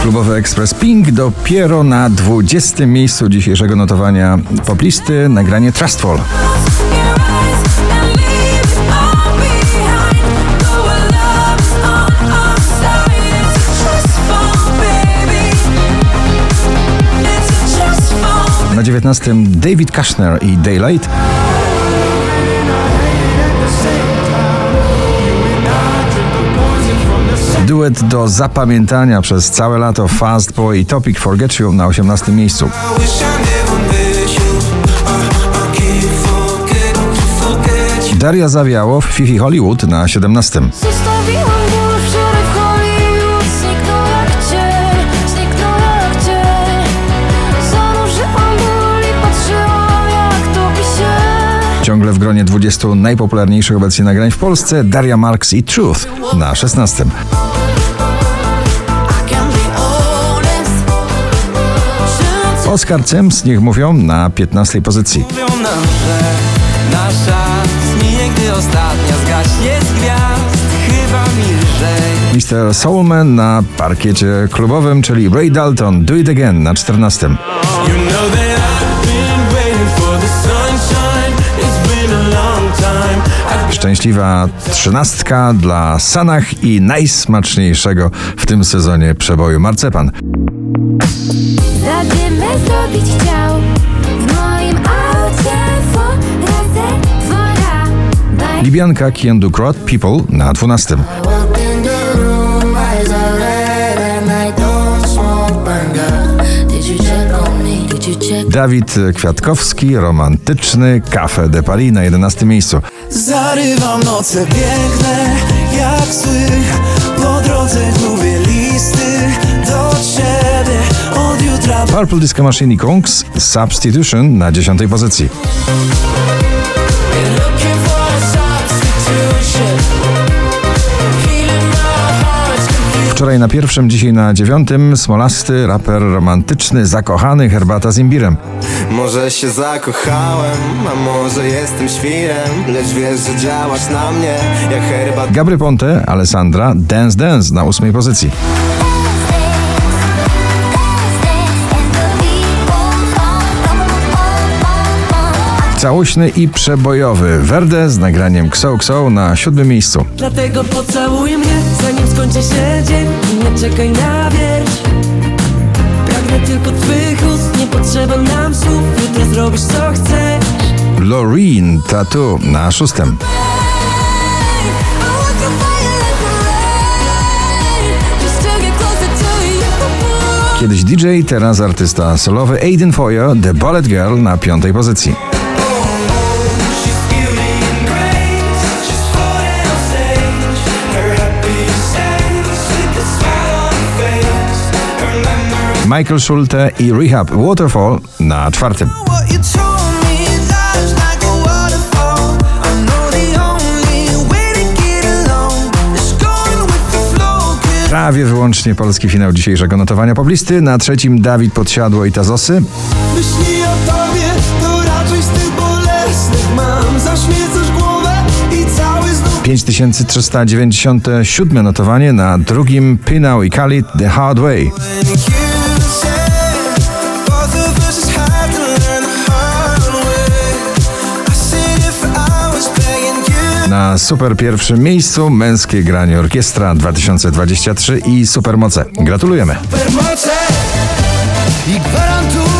Klubowy Ekspres Pink dopiero na 20. miejscu dzisiejszego notowania poplisty nagranie Trustful. Na 19. David Kushner i Daylight. Duet do zapamiętania przez całe lato Fast Boy i Topic Forget You na 18. miejscu. Daria Zawiałow, Fifi Hollywood na 17. Ciągle w gronie 20 najpopularniejszych obecnie nagrań w Polsce Daria Marks i Truth na 16. Oskar Cems, Niech mówią na 15. pozycji. Mówią nam, że nasza zmije, gdy ostatnia zgaśnie z gwiazd, chyba mi lżej. Mr. Soulman na parkiecie klubowym, czyli Ray Dalton, Do It Again na 14. Szczęśliwa 13 dla Sanach i najsmaczniejszego w tym sezonie przeboju Marcepan. Zadymę zrobić chciał w moim aucie Libianka Kian Ducrot, People na 12. Dawid Kwiatkowski, Romantyczny, Café de Paris na 11. miejscu. Zarywam noce piękne jak sły, po drodze gubię listy do ciebie od jutra. Purple Disco Machine i Kungs, Substitution na 10. pozycji. Wczoraj na 1., dzisiaj na 9. Smolasty, raper romantyczny, zakochany, Herbata z imbirem. Może się zakochałem, a może jestem świrem, lecz wiesz, że działasz na mnie jak herbata. Gabry Ponte, Alessandra, Dance Dance na 8. pozycji. Całośny i przebojowy Verde z nagraniem Xo Xo na 7. miejscu. Dlatego pocałuj mnie, zanim skończy się dzień i nie czekaj na wieść. Pragnę tylko twych ust, nie potrzeba nam słów, jutro zrobisz co chcesz. Loreen, Tattoo na 6. Kiedyś DJ, teraz artysta solowy Aiden Foyer, The Bullet Girl na 5. pozycji. Michael Schulte i Rehab, Waterfall na 4. Prawie wyłącznie polski finał dzisiejszego notowania poblisty. Na 3. Dawid Podsiadło i Tazosy. Myśli o tobie, to raczej z tych bolesnych mam, zaśmiecasz głowę i cały znów. 5397 notowanie, na 2. Pinał i Khalid, The Hard Way. Na super 1. miejscu męskie granie orkiestra 2023 i Supermoce. Gratulujemy. Supermoce i gwarantuję.